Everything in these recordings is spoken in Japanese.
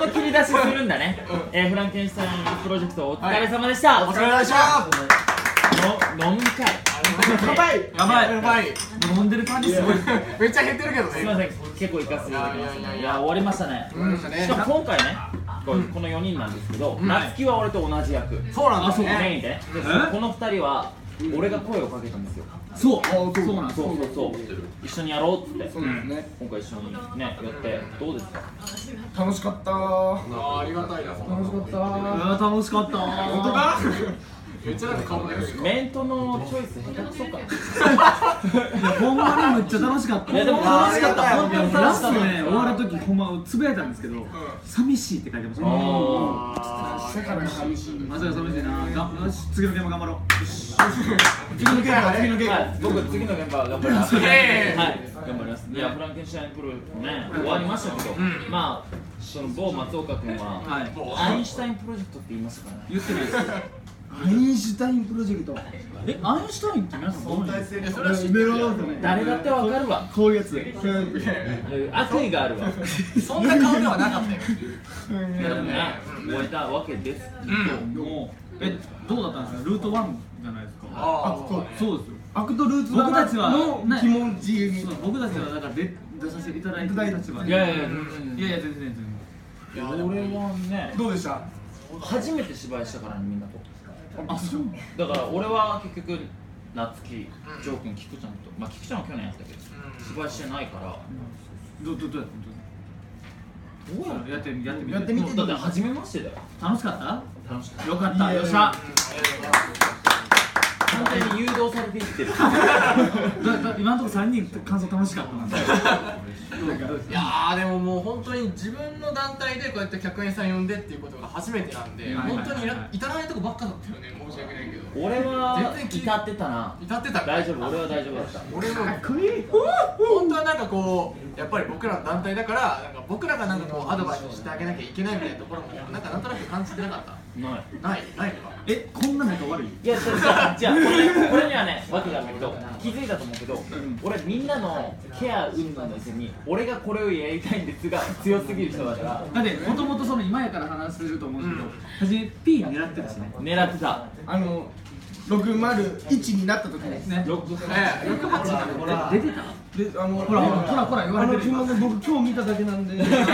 の切り出しするんだね。フランケンシュタインプロジェクトお疲れ様でした。 お疲れ様でした。 飲み会やばいやばい。 飲んでる感じすごい。 めっちゃ減ってるけどね。 すみません、結構行かせていただきました。いや、終わりましたね。しかも今回ね、この4人なんですけど、夏希は俺と同じ役。 そうなんですね。 メインでね。この2人は俺が声をかけたんですよ。 そうなんです。 そう一緒にやろうって。 そうですね。 今回一緒にねやってどうですか？ 楽しかった。ありがたいな。楽しかった。 楽しかった。 本当か？めっちゃなんか顔だよ。 メントのチョイス下手くそか。 ほんまにめっちゃ楽しかった。 いやでも楽しかった。本当に楽ラストしかった。 ね終わる時ほんまつぶやいたんですけど、寂しいって書いてました。 世界寂しい。 マジで寂しいな。よし次の現場頑張ろう。 次のゲーム。 はい、僕次の現場頑張ります。はい、頑張ります。いやフランケンシュタインプロね終わりましたけど、まあその某松岡君はアインシュタインプロジェクトって言いましたからね。 言ってないです。 アインシュタインプロジェクト。 アインシュタインって皆さんどうなんですか？ それは知ってるよ。 誰だってわかるわ。 こういうやつ。 悪意があるわ。 そんな顔ではなかったよ。 いやでもね終えたわけですけども、 どうだったんですか？ルート1じゃないですか。そうですよ。 アクトルーツ僕たちはの気持ちに。 僕たちはだから出させていただいてる立場で。 いや全然いや俺はねどうでした？ 初めて芝居したからねみんなと。 あ、そう。 だから俺は結局夏希、ジョー君、菊ちゃんと、まあ菊ちゃんは去年やったけど芝居してないからどうやってやってみて。 だって初めましてだよ。 楽しかった？ 楽しかった。 よかった。よっしゃ。 完全に誘導されていってる。 今のところ3人感想楽しかったなんで。 いやーでももう本当に自分の団体でこうやって客員さん呼んでっていうことが初めてなんで、本当に至らないとこばっかだったよね。申し訳ないけど。 俺は至ってたな。 至ってた。 大丈夫。俺は大丈夫だった。 俺も本当はなんかこうやっぱり僕らの団体だからなんか僕らがなんかこうアドバイスしてあげなきゃいけないみたいなところもなんとなく感じてなかった。ないのか。 こんな仲悪い？ いやじゃあこれにはねわけがあるんだけど気づいたと思うけど、俺みんなのケア云々のせいに俺がこれをやりたいんですが強すぎる人だから。 だってもともとその今やから話すると思うんですけど、初め P 狙ってたしね。 狙ってた。 601になった時ですね。 68出てた？でほら言われてる。 僕今日見ただけなんで。 でも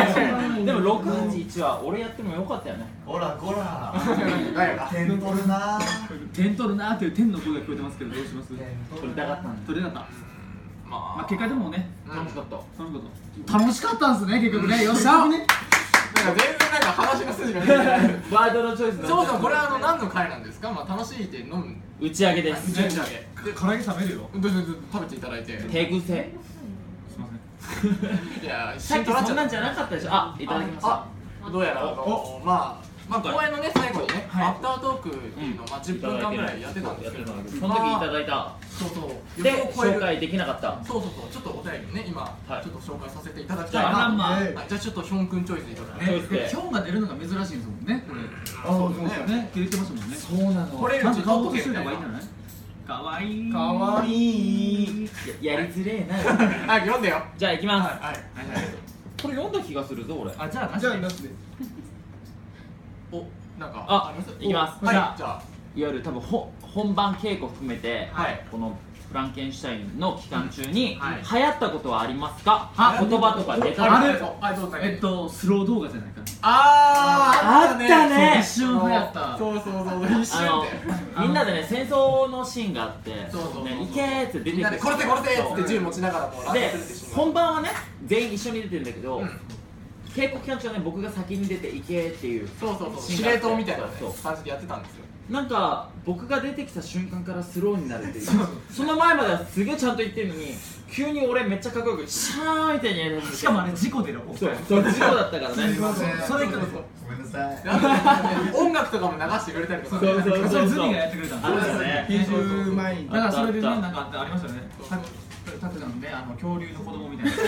681は俺やってもよかったよね。 こら点取るな点取るなーっていう点の声が聞こえてますけどどうします？ 取りたかったんだ。 取れなかった。まあ結果でもね楽しかった。 楽しかったんですね結局ね。よっしゃ。 なんか全然なんか話の筋が見えない。 ワードのチョイス。 そもそもこれは何の会なんですか？まあ楽しいって飲む打ち上げです。 打ち上げ。 唐揚げ食べるよ。 どうぞ食べていただいて。 手癖。 すいません。 いやさっきそんなんじゃなかったでしょ。あ、いただきました。 どうやらまあ公演のね最後にねアフタートークっていうのを10分間ぐらいやってたんですけど、 その時いただいた。 そうで紹介できなかった。 そうちょっとお便りね今ちょっと紹介させていただきたいじゃあじゃあちょっとヒョン君チョイスでいただいて。 ヒョンが出るのが珍しいんですもんね。 そうねって言ってましたもんね。 そうなの。 これちゃんと顔としといた方がいいんじゃない？かわいい。 かわいい。 やりづれえな。 早く読んでよ。 じゃあ行きます。 はい。 これ読んだ気がするぞ俺。 あ、じゃあいますね。お、なんかあ、いきます。 はい。じゃあいわゆる多分本番稽古含めてこのフランケンシュタインの期間中に流行ったことはありますか？言葉とかネタ。 あれスロー動画じゃないかな。 あったね。 一瞬流行った。 そう一瞬でみんなでね戦争のシーンがあって行けーって出てきてこれでって銃持ちながらもうで本番はね全員一緒に出てるんだけど稽古期間中はね僕が先に出て行けーっていう司令塔みたいな感じでやってたんですよ。 なんか僕が出てきた瞬間からスローになるっていうその前まではすげえちゃんと言ってるのに急に俺めっちゃかっこよくシャーみたいにやる。 しかもあれ事故でのそう事故だったからね。 それからごめんなさい。 音楽とかも流してくれたりとか。 そうズミがやってくれたんですよね。 編集前にだからそれでねなんかありましたよね。タクちゃんのね恐竜の子供みたいな。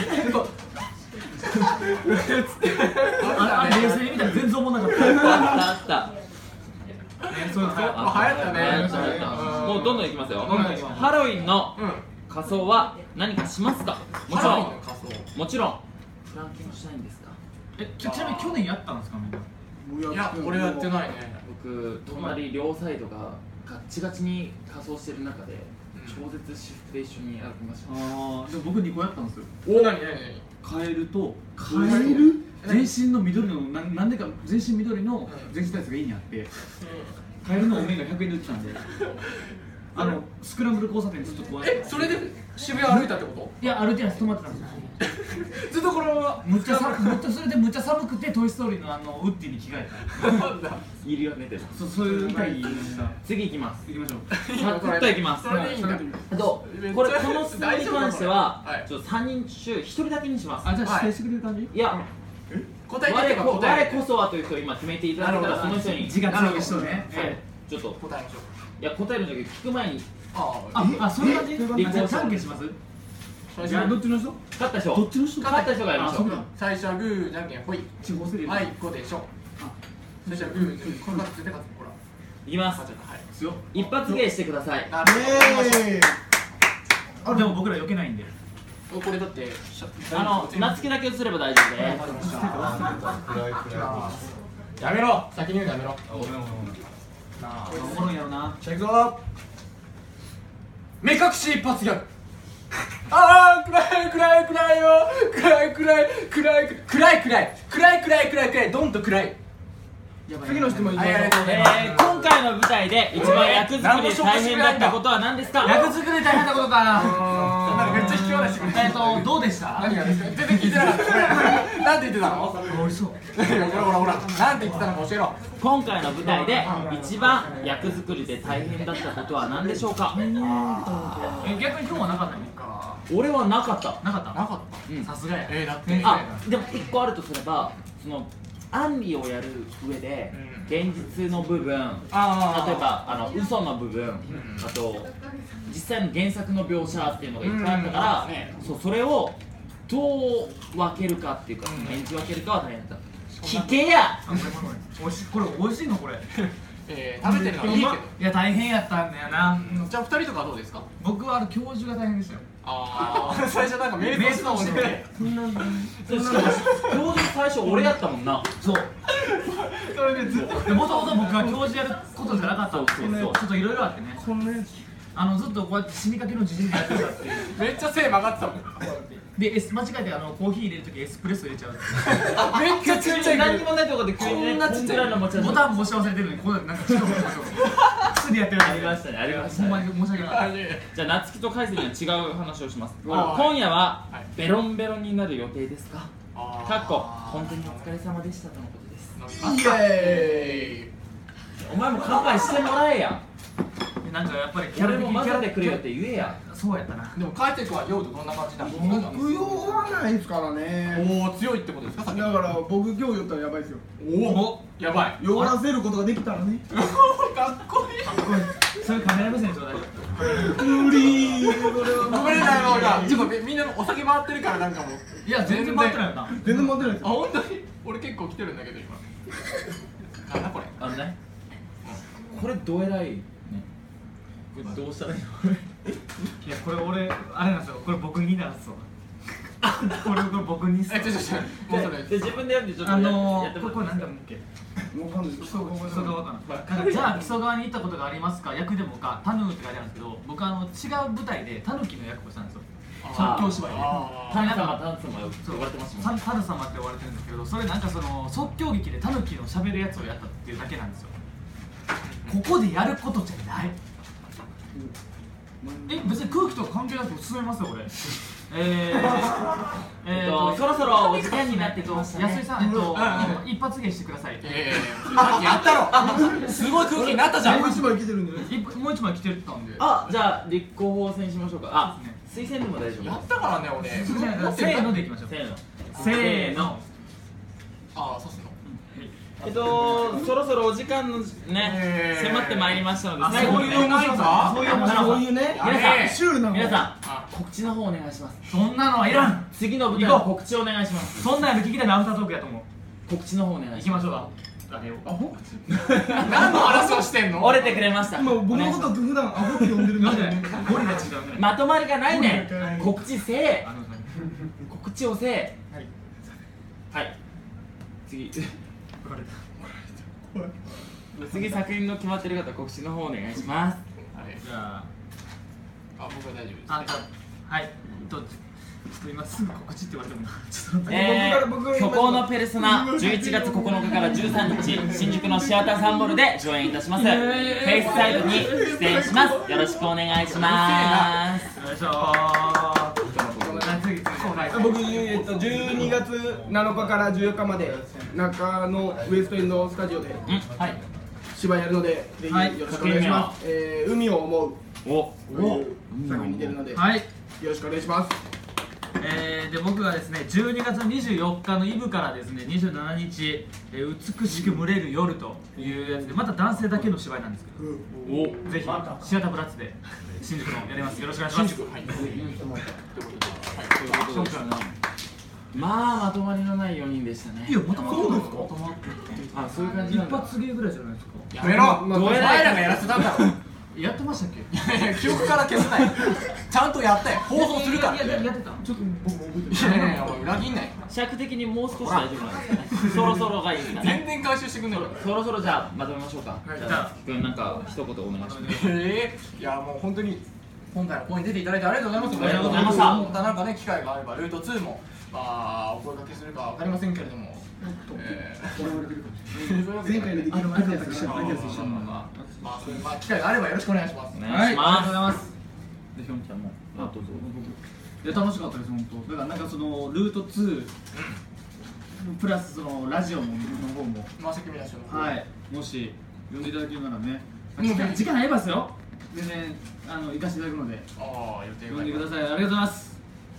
あれ冷静に見たら全然思わなかった。 あったそう流行ったね。 もうどんどんいきますよ。ハロウィンの仮装は何かしますか？もちろんフランケンシュタインですか？ ちなみに去年やったんですかみんな。 いや俺やってないね。 僕隣両サイドがガッチガチに仮装してる中で超絶私服で一緒に歩きました。 ああ、でも僕2個やったんですよ。 お、何カエルとカエル全身の緑のなんでか全身緑の全身タイツが家にあって、カエルのお面が100円で売ってたんで、スクランブル交差点ずっとこうやって。 それで渋谷歩いたってこと？ いや、歩いてないです、止まってたんですよ。 ずっとこのままむっちゃそれでむっちゃ寒くてトイ・ストーリーのウッディに着替えた。 なんだ。 いるよねでも。 そういう回次行きます。 行きましょう。 サクッと行きます。 それでいいんだ。 この質問に関してははいちょっと3人中1人だけにします。 あ、じゃあ指定してくれる感じ？ いや、 答えて我こそはという人を今決めていただけたらその人に自我強い人ね。 ちょっと答えましょう。 いや答えるんだけど聞く前にあ、そういう感じ？じゃあじゃんけんします？じゃあどっちの人？ 勝った人。 どっちの人？ 勝った人がやりましょう。 最初はグーじゃんけんほい。 地方セレブ。 はい、こうでしょ。最初はグー、これが絶対勝つ。ほら。 いきます。 はい。 強。 一発芸してください。 あ、でも僕ら避けないんで。 これだって夏希だけ映れば大丈夫です。 やめろ。先に言うのやめろ。 おもろいやろな。 じゃあ行くぞ。目隠し一発ギャグ。ああ、暗い暗い暗いよ。暗い暗い暗い暗い暗い暗い暗い暗い暗いどんと暗い。 次の質問いきましょう。 今回の舞台で一番役作りで大変だったことは何ですか？ 役作りで大変なことかな。 なんかめっちゃ引き笑いしてくれる。 どうでした？ 何がですか？全然聞いてなかった。なんて言ってたの？ おいしそう。 ほらほら。なんて言ってたのか教えろ。 今回の舞台で一番役作りで大変だったことは何でしょうか？ 逆に今日はなかったの？ 俺はなかった。 なかった。 なかった。 さすがや。 だってあ、でも1個あるとすればそのアンリをやる上で現実の部分、例えば嘘の部分、あと実際の原作の描写っていうのがいっぱいあったから、それをどう分けるかっていうか演じ分けるかは大変だった。聞けや。 これ美味しいのこれ。 食べてるのはいいけど。 いや大変やったんだよな。 じゃあ2人とかはどうですか？ 僕は教授が大変でしたよ。 最初なんかメールしたもんね。 教授最初俺やったもんな。 そう。それでずっともともと僕は教授やることじゃなかったんですけど、ちょっといろいろあってね。ずっとこうやって死にかけの自信でやってたっていう。 めっちゃ背曲がってたもん。 で間違えてコーヒー入れるときエスプレッソ入れちゃう。 めっちゃちっちゃい。 何にもないところで急にね、こんなちっちゃいの持ちボタンも押し忘れてるのにこうなんか違う薬やってる。 ありましたね、ありましたほんまね。 に申し訳ない。 じゃあ夏希と海星には違う話をします。今夜はベロンベロンになる予定ですか？かっこ本当にお疲れ様でしたとのことです。 イエーイ。 お前も乾杯してもらえや。 なんかやっぱり俺も混ぜてくれよって言えや。 そうやったな。 でも帰ってくは酔うとどんな感じなの？ 僕酔わないですからね。 おお、強いってことですか？ だから僕今日酔ったらやばいですよ。 おお、やばい。 酔わせることができたらね。 かっこいい。 そういうカメラ目線ちょうだい。 無理。 ごめんなさい、もう今ちょっとみんなお酒回ってるからなんかもう。 いや全然回ってないよな。 全然持ってないです。 あ、本当に？俺結構来てるんだけど今。なんだこれ？ これどえらいね。これどうしたらいいの？ いやこれ俺あれなんですよ。これ僕になんですよ。これ僕にっす。 もうそれ。 で自分でやってちょっとやってもらって。 これなんだっけ？ わかんないです。 木曽川かな。じゃあ木曽川に行ったことがありますか？役でもかタヌーって書いてあるんですけど、僕違う舞台でタヌキの役をしたんですよ。即興芝居で。 タヌ様呼ばれてますもん。 タヌ様って呼ばれてるんですけど、それなんか即興劇でタヌキの喋るやつをやったっていうだけなんですよ。ここでやることじゃない。別に空気とか関係なく進めますよ俺。 そろそろお時間になってきましたね。 安井さん、一発芸してください。 やったろ。すごい空気になったじゃん。 もう一枚来てるんで。 もう一枚来てたんで。 じゃあ立候補戦しましょうか。推薦でも大丈夫。 やったからね俺。 せーのでいきましょう。せーの。 そうすんの。 そろそろお時間のね迫ってまいりましたので、 そういうないか？ そういうね。 皆さん告知の方お願いします。 そんなのはいらん。 次の舞台の告知お願いします。 そんなの聞きたいのアフタートークやと思う。 告知の方お願いします。 行きましょうか。 何の話をしてんの？ 折れてくれました。 今僕のこと普段アホって呼んでるんで。 ゴリラ違うね。 まとまりがないね。告知せえ。告知をせえ。はい。 次作品の決まってる方告知の方お願いします。 じゃあ僕は大丈夫です。 はいちょっと今すぐ告知って言われてもちょっと虚構のペルソナ11月9日から13日新宿のシアターサンボルで上演いたします。フェイスサイドに出演します。よろしくお願いします。 よいしょ僕、12月7日から14日まで中野ウエストエンドスタジオで芝居やるので、ぜひよろしくお願いします。海を思う作品に出るので、よろしくお願いします。 で僕がですね12月24日のイブからですね27日、美しく群れる夜というやつでまた男性だけの芝居なんですけど、ぜひシアターブラッツで新宿のやります。よろしくお願いします。 まあまとまりのない4人でしたね。 いやまたそうですか。 あ、そういう感じなんだ。 一発芸ぐらいじゃないですか。 やめろ。お前らがやらせたんだろ。 やってましたっけ？ 記憶から消さない。ちゃんとやったよ。放送するから。 やってた。ちょっと僕も覚えていやいや裏切んない。 尺的にもう少し大丈夫なんですかね。そろそろがいいですかね。 全然回収してくんない。 そろそろじゃあまとめましょうか。じゃあ君なんか一言お願いします。 いやもう本当に今回の公演に出ていただいてありがとうございます。 ありがとうございました。 またなんかね機会があればルート2もお声掛けするかわかりませんけれども。 前回のできる前のやつ一緒にまあ機会があればよろしくお願いします。 お願いします。 ありがとうございます。 でひょんちゃんもどうぞ。 いや楽しかったです本当。だからなんかそのルート2プラスそのラジオの方も関見出しのはいもし呼んでいただけるならね時間あればですよ。全然行かせていただくので呼んでください。ありがとうございます。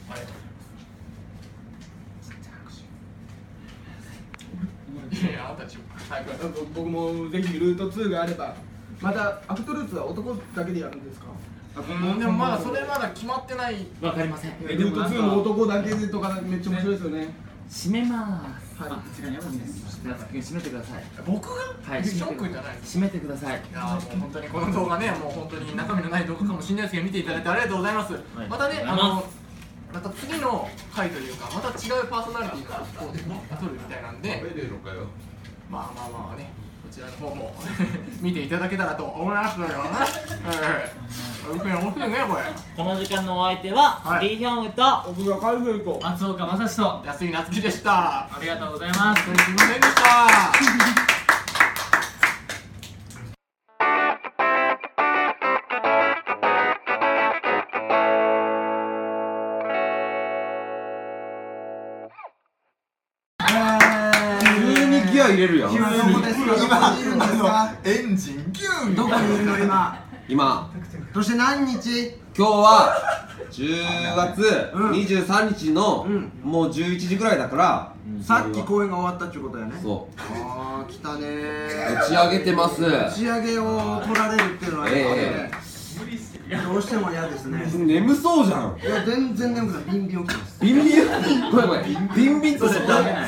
いやあんたち僕もぜひルート2があれば。またアクトルーツは男だけでやるんですか？ でもまだそれまだ決まってない。 わかりません。 ルート2も男だけでとかめっちゃ面白いですよね。 締めまーす。 時間やばいです。 締めてください。 僕が？ はい。 ショックじゃない。 締めてください。 いやもう本当にこの動画ねもう本当に中身のない動画かもしれないですけど見ていただいてありがとうございます。またねまた次の回というかまた違うパーソナリティがこう撮るみたいなんで。まあね。こちらの方も見ていただけたらと思いますので面白いねこれ。 この時間のお相手はリーヒョンウと僕が海軍と松岡正史と安井夏樹でした。 ありがとうございます。 すいませんでした。 入れるよ。 今エンジンギュン。 どこにいるの今そして何日？ 今日は10月23日のもう11時ぐらいだからさっき公演が終わったってことだよね。 そうああ来たね打ち上げてます。 打ち上げを取られるっていうのはどうしても嫌ですね。 眠そうじゃん。 いや全然眠くない。ビンビン起きてます。 ビンビンごめんビンビンとしてダメ。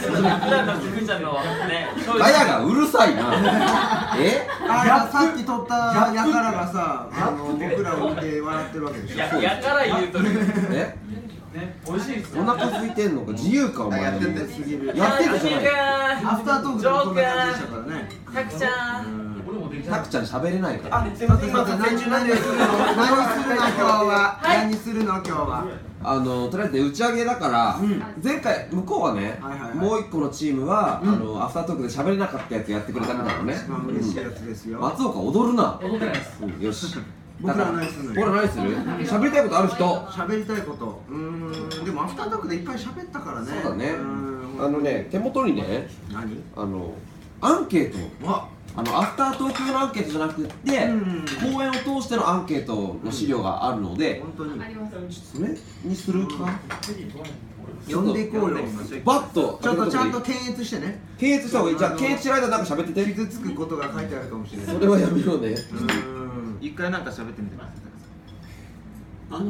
ガヤがうるさいな。 あれがさっき撮ったやからがさ僕らを見て笑ってるわけでしょ。 やから言うとる。 美味しいです。 お腹空いてんのか自由かお前。 やっててすぎる。 やってるじゃない。 アフタートークでこんな感じでしたからね。 たくちゃん。 たくちゃん喋れないから。 すいません何するの今日は。何するの今日は。 とりあえず打ち上げだから前回向こうはねもう一個のチームはアフタートークで喋れなかったやつやってくれたんだろうね。 嬉しいやつですよ。 松岡踊るな。 踊ってないです。 よし。 僕ら何するの？ 僕ら何する？喋りたいことある人？ 喋りたいこと。でもアフタートークでいっぱい喋ったからね。 そうだね。手元にね何？ アンケート。アフタートーク用のアンケートじゃなくって公演を通してのアンケートの資料があるので本当にそれにするか呼んでいこうよ。 バッとちょっとちゃんと検閲してね。 検閲した方がいい。じゃあ検閲してる間なんか喋ってて傷つくことが書いてあるかもしれない。 それはやめようね。 一回なんか喋ってみてください。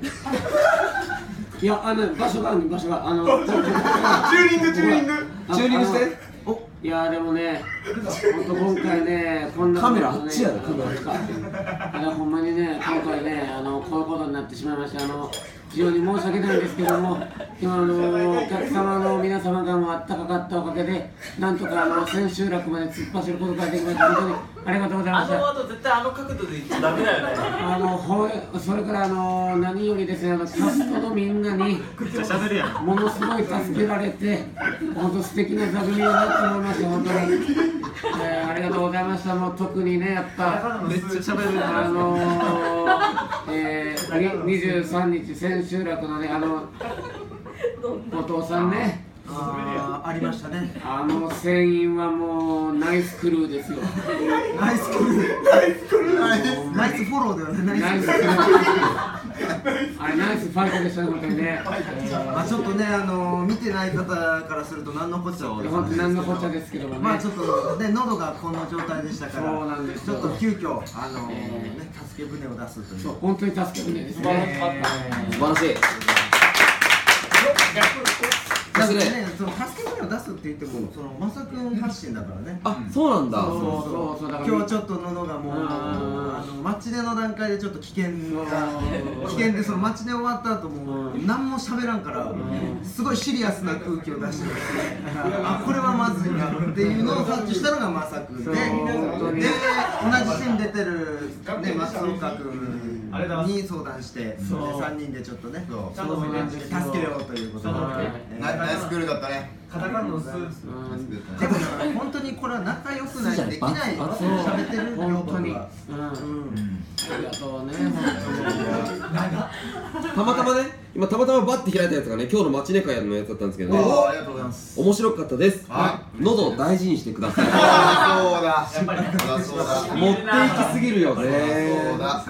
いや場所がチューニングチューニングして。 いやでもね、本当今回ね、こんなカメラあっちやで、 ほんまにね、今回ね、こういうことになってしまいました。非常に申し訳ないんですけども、今お客様の皆皆様がもうあったかかったおかげでなんとか千秋楽まで突っ走ることができました。本当にありがとうございました。 あの絶対あの角度で言っちゃダメだよね。 それから何よりですね、キャストのみんなにものすごい助けられて本当素敵な座組だなと思いました。本当に、ありがとうございました。もう特にねやっぱめっちゃ喋る 23日千秋楽のね後藤さんね、 ありましたね。 船員はもうナイスクルーですよ。 ナイスクルー、ナイスクルー、ナイスフォローだよね。ナイスクルー、 あれナイスファイトでしたね本当にね。 ちょっとね見てない方からすると何のこっちゃって本当何のこっちゃですけどもね。 ちょっとね喉がこの状態でしたから、 そうなんですちょっと急遽助け舟を出すという。 そう本当に助け舟ですね。 素晴らしい。 だからね、その助け舟を出すって言っても、そのまさくん発信だからね。 あ、そうなんだ。 そう今日はちょっと喉がもうマッチでの段階でちょっと危険で、そのマッチで終わった後も何も喋らんからすごいシリアスな空気を出してあ、これはまずいなっていうのを察知したのがまさくんで、同じチーム出てる松岡君に相談して3人でちょっとね助けようということで。 ナイスクールだったね。 カタカナのスーツ。でも本当にこれは仲良くないとできない喋ってる本当に。ありがとうね。 たまたまね、今たまたまバッて開いたやつがね、今日の街ネカヤのやつだったんですけどね。 ありがとうございます。 面白かったです。喉を大事にしてください。 そうだ。 持っていきすぎるよね。 そうだ。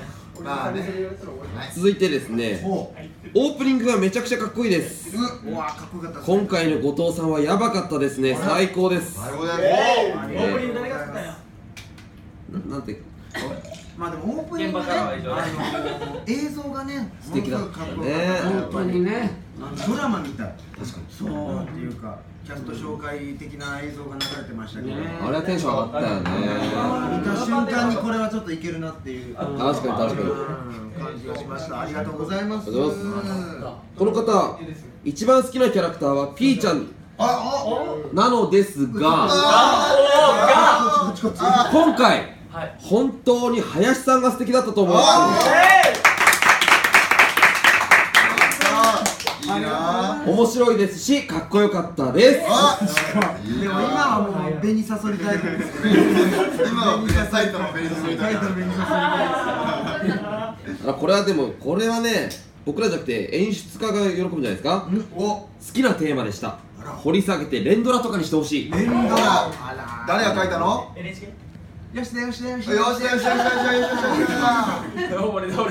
続いてですね、オープニングがめちゃくちゃかっこいいです。今回の後藤さんはやばかったですね。最高です。 最高です。オープニング誰が作ったんや。 なんて。 まあでもオープニングね、映像がね素敵だったね。 本当にね。 ドラマみたい。 確かに。 そうっていうか。キャスト紹介的な映像が流れてましたけど、 あれはテンション上がったよね。 見た瞬間にこれはちょっといけるなっていう確かに感じがしました。ありがとうございます。 この方一番好きなキャラクターはピーちゃんなのですが、今回本当に林さんが素敵だったと思います。面白いですし、かっこよかったです。でも今はもう紅さそりたいです。 今は埼玉紅さそりたい。 これはでもこれはね、僕らじゃなくて演出家が喜ぶんじゃないですか。好きなテーマでした。掘り下げて連ドラとかにしてほしい。 連ドラ。誰が書いたの？ よしだよしだよしだよしだよしだよしだよしだよ。 俺だ。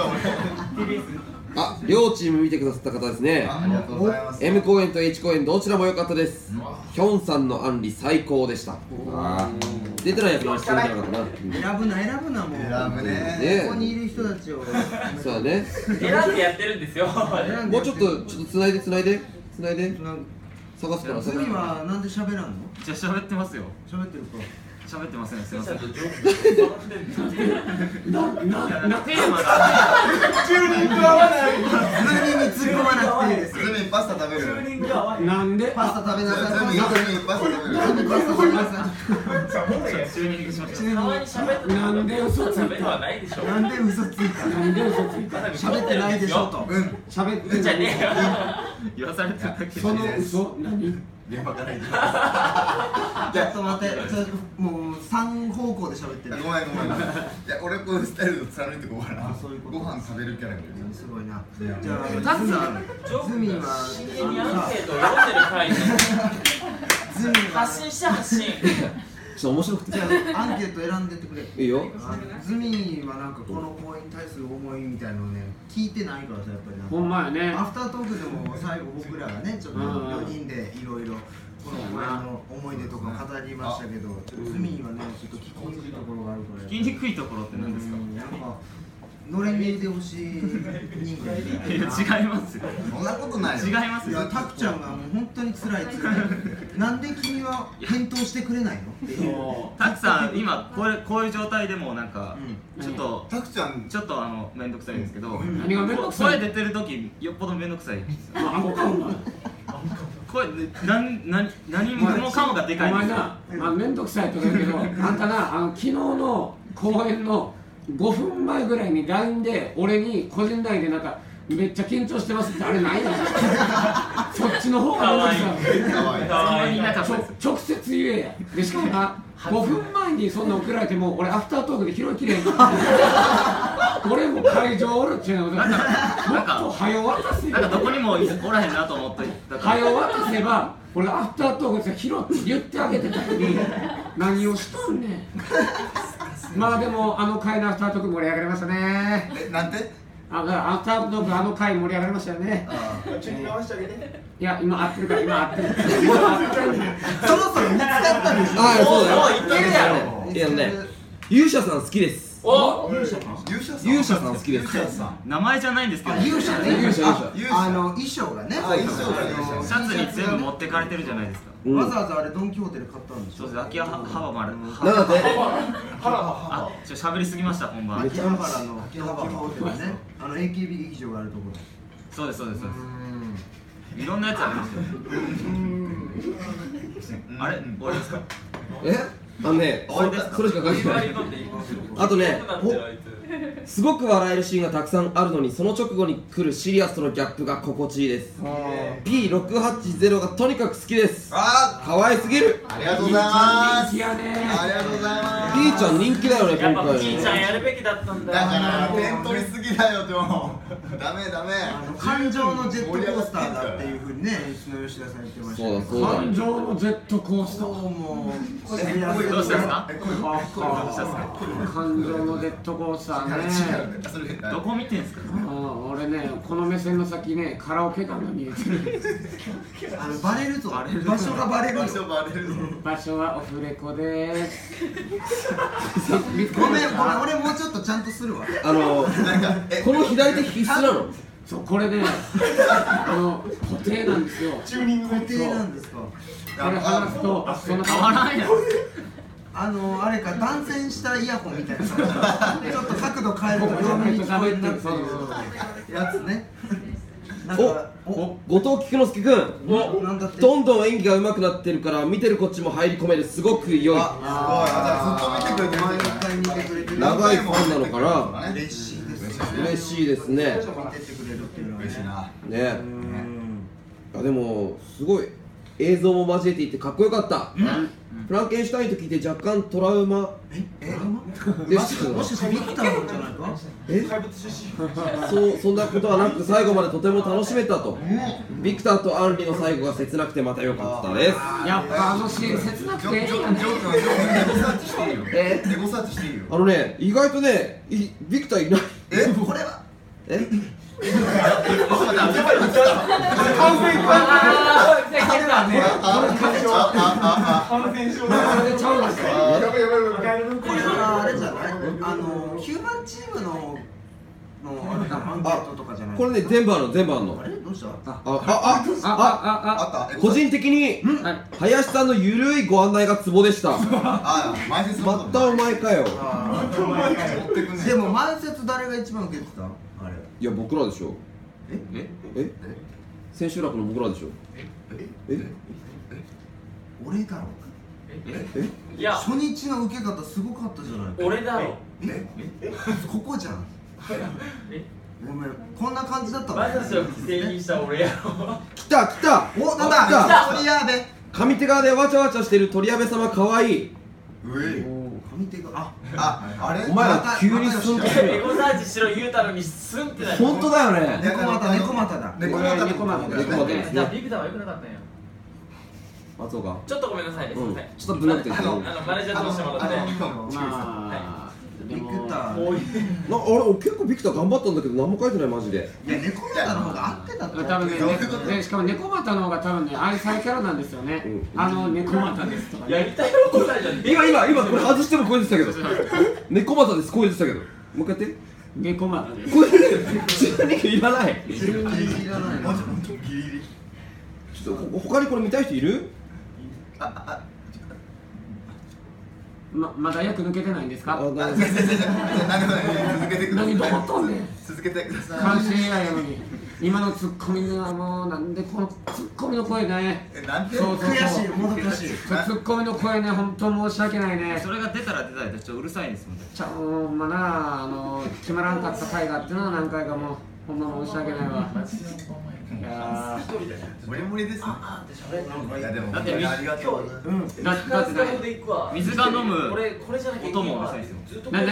あ、両チーム見てくださった方ですね。 ありがとうございます。 M 公演と H 公演どちらも良かったです。ヒョンさんのアンリ最高でした。出てないやつも出てなかったな。 選ぶなもう。 選ぶね。 ここにいる人たちを。 そうだね。 選んでやってるんですよ。 もうちょっとつないで探すから。 ズミはなんで喋らんの？ じゃあ喋ってますよ。 喋ってるか。 喋ってません。すいません。 テーマがチューニング合わない。ズミに突っ込まなくていいです。 ズミパスタ食べる。 なんで？ パスタ食べなさい。 ズミパスタ食べる。 ズミパスタ食べなさい。 チューニングしました。 たまに喋ってなんで嘘ついではないでしょ。 なんで嘘ついた？ なんで嘘ついた？ 喋ってないでしょと。 喋ってじゃねえよ。 言わされてるだけ。 その嘘何？ 電話がない。 ちょっと待って、もう3方向で喋ってる。 ごめん。いや、俺こういうスタイルを貫いてこうかな。 そういうこと。 ご飯食べるキャラがいる。 すごいな。じゃあ、 ズミは真剣にアンケートを読んでる回に発信して発信。 ちょっと面白くて。 じゃあアンケート選んでってくれ。 いいよ。 ズミはなんかこの公演に対する思いみたいなのをね聞いてないからさ、やっぱりほんまやね。 アフタートークでも最後僕らがねちょっと4人でいろいろこの公演の思い出とか語りましたけど、ズミはねちょっと聞きにくいところがあるから。 聞きにくいところって何ですか？ なんかのれんに入れてほしい人間。 いや違いますよ。 そんなことないよ。 違いますよ。 いや、タクちゃんがもう本当に辛い。なんで君は返答してくれないのっていう。 タクさん今こういう状態でもなんかちょっとタクちゃんちょっとめんどくさいんですけど、 何がめんどくさい？ 声出てる時よっぽどめんどくさいですよ。 これ何もかもがでかいんですよ。 お前な、めんどくさいとか言うけど、あんたな、昨日の公演の5分前ぐらいに LINE で俺に個人内でなんかめっちゃ緊張してますってあれないのそっちの方がめんどくさい。直接言えや。でしかもな、5分前にそんな送られても俺アフタートークで拾いきれんから俺も会場おるっちゅうのもっと早渡せよ。 なんかどこにもおらへんなと思って早渡せば俺アフタートークで拾って言ってあげてたのに何をしとんねんまあでも回のアフタートーク盛り上がりましたね。 なんてアフタートーク回盛り上がりましたよね。いや今合ってるから今合ってるそろそろ見つかったんでしょ。 ああそうだよ。 いけるやろ。 いやね、勇者さん好きです。 お勇者さん好きです。 名前じゃないんですけど、 勇者ね。 勇者衣装がね。 シャツに全部持ってかれてるじゃないですか。 わざわざあれドンキホーテで買ったんでしょ。 そうです。秋葉原まで。 なんだって。 あ、喋りすぎました本番。 秋葉原のドンキホーテでね、AKB 劇場があるところ。 そうですそうですそうです。いろんなやつありますよ。あれ、終わりですか。 ね、それしか書いてない。あとね、すごく笑えるシーンがたくさんあるのにその直後に来るシリアスとのギャップが心地いいです。 P680 がとにかく好きです。可愛すぎる。 ありがとうございます。 人気やね。 ありがとうございます。 ピーちゃん人気だよね今回。 やっぱピーちゃんやるべきだったんだよ。 だから点取りすぎだよでもダメ感情のジェットコースターだっていう風にね演出の吉田さん言ってました。 そうだ感情のジェットコースター。 もうどうしたんですか。 感情のジェットコースターね。 どこ見てんすか。 俺ね、この目線の先ね、カラオケ館が見えてる。 バレるぞ。場所がバレるよ。 場所はオフレコでーす。 ごめん俺もうちょっとちゃんとするわ。 この左手必須なの。 そう、これね、固定なんですよ。 固定なんですか。 これ離すと、そんな変わらんやん。 あれか断線したイヤホンみたいなちょっと角度変えると両耳聞こえになってるやつね。 後藤菊之助君、どんどん演技が上手くなってるから見てるこっちも入り込める。すごく良い。 ずっと見てくれてる。 毎回見てくれてる。 長いファンなのかな。 嬉しいです。 嬉しいですね。 見てってくれるっていうのは嬉しいな。 ね。でもすごい映像も交えていてかっこよかった。フランケンシュタインと聞いて若干トラウマでしたけど、 もしかしてビクターなんじゃないか。 そんなことはなく最後までとても楽しめたと。ビクターとアンリの最後が切なくてまた良かったです。 やっぱシーン切なくていいよね。 エゴサーチしていいよ。 意外とねビクターいない。 これはあれじゃないヒューマンチームのアンケートとかじゃない。 これね全部あるの。 あれどうした。 個人的に林さんのゆるいご案内がツボでした。またお前かよ。 でも前説誰が一番受けてた。あれいや僕らでしょ。千秋楽の僕らでしょ。 俺だろ。 いや初日の受け方すごかったじゃない。 俺だろ。 ここじゃん。ごめんこんな感じだったの。 まさしを犠牲にした俺やろ。 来たおなんだ鳥矢部。 上手側でわちゃわちゃしてる鳥矢部様かわいい。 上手側あれお前ら急にスンとする。 エゴサーチしろ言うたのにスンってない。 本当だよね。 猫股だ。 猫股ですね。 じゃあビクターは良くなかったんや。 あそうか。 ちょっとごめんなさいね。すみません。 ちょっとぶなくていい。 マネージャーとしてもらって。 ビクター。 俺結構ビクター頑張ったんだけど何も書いてないマジで。 いや猫股の方が合ってたと。 多分ね、しかも猫股の方が多分ね愛妻キャラなんですよね。猫股ですとか。 やりたいことないじゃん。 今これ外しても声出てたけど。猫股です声出てたけど。もう一回やって。 猫股です。 これいらない。 いらない。 ちょっと他にこれ見たい人いる？ まだ役抜けてないんですか？ 何でもない、続けてください。 何どうとんねん。 続けてください。 完成以外やのに今のツッコミがもうなんでこのツッコミの声ね。 なんてそう悔しい、もどかしい。 ツッコミの声ね、本当申し訳ないね。 それが出たら出たらちょっとうるさいんですもんね。 ほんまな決まらんかった回があってな、何回かもうほんま申し訳ないわ。いやモリモリですね。いやでもだってありがとう。 だってね、 水が飲む音もうるさいですよ。 何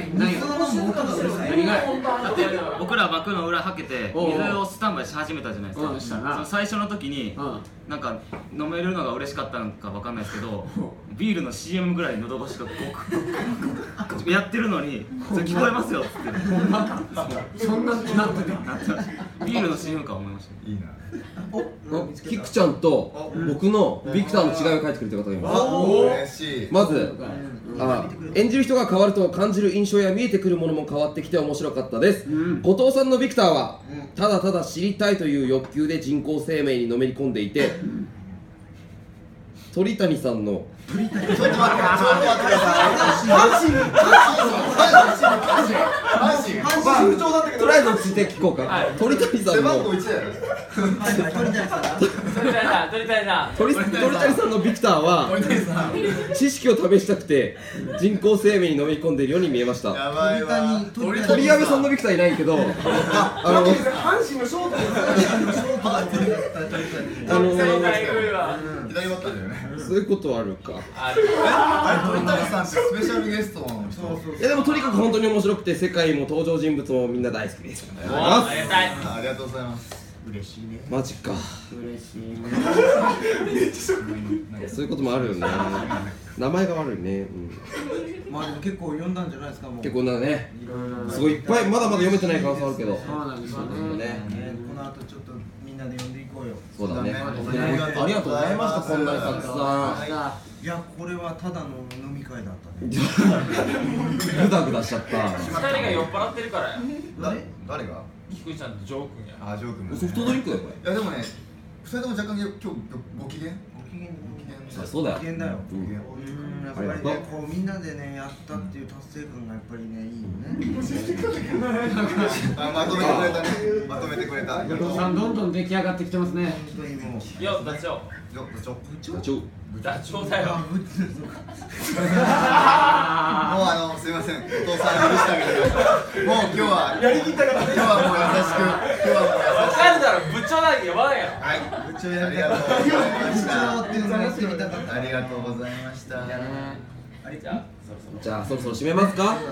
がだって僕ら幕の裏はけて水をスタンバイし始めたじゃないですか。その最初の時になんか飲めるのが嬉しかったのかわかんないですけど、ビールの CM ぐらい喉越しがゴクゴクやってるのにそれ聞こえますよっつってそんななっててビールの CM か思いました。 いいな。 キクちゃんと僕のビクターの違いを書いてくれた方がいます。 嬉しい。 まず演じる人が変わると感じる印象や見えてくるものも変わってきて面白かったです。後藤さんのビクターはただただ知りたいという欲求で人工生命にのめり込んでいて、鳥谷さんのちょっと待ってください。 とりあえず落ち着いて聞こうか。鳥谷さんの鳥谷さんのビクターは知識を試したくて人工生命にのめり込んでいるように見えました。 やばいわ。 鳥矢部さんのビクターいないけど、 阪神のショート左バッターだよね。 そういうことはあるか。 あれ鳥谷さんってスペシャルゲストの人。 いやでもとにかく本当に面白くて世界も登場人物もみんな大好きです。 ありがとうございます。嬉しいね。 マジか。 嬉しいね。 そういうこともあるよね。名前が悪いね。 まあでも結構読んだんじゃないですか、もう。 結構なね。すごいいっぱいまだまだ読めてない感想あるけど。 そうなんですよね。 この後ちょっとみんなで読んでいこうよ。 そうだね。 あありがとうございました。こんなにたくさいや、これはただの飲み会だったね。 ん。グダグダしちゃった。 2人が酔っ払ってるからよ。 誰が？ 菊池ちゃんとジョー君や。 あ、ジョー君。 ソフトドリンクだよこいやでもね、2人とも若干今日ご機嫌？ れ。そうだよ。 危険だよ。やっぱりね、 ありがとうこうみんなでね、やったっていう達成感がやっぱりね、いいよね。 まとめてくれたね。まとめてくれた。 後藤さんどんどん出来上がってきてますね。 本当にもう。 いや、ダチョウ。 社長。 ダチョウだよ。 もうすいません、お父さん許してあげてください。もう今日はやりきったから、今日はもう優しく、今日はもう優しく。 わかるだろ、部長なんて呼ばないよ。 はい、 部長やりたかった。 ありがとうございまし部長っていうのをやってみたかった。 た。ありがとうございました。 じゃあそろそろ締めますか。はい。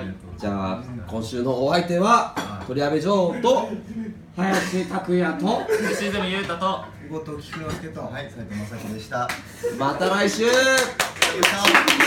じゃあ今週のお相手は鳥矢部城と林拓也と石泉優太と後藤菊之助と。 はい、斉藤正樹でした。 また来週。 ありがとうございました。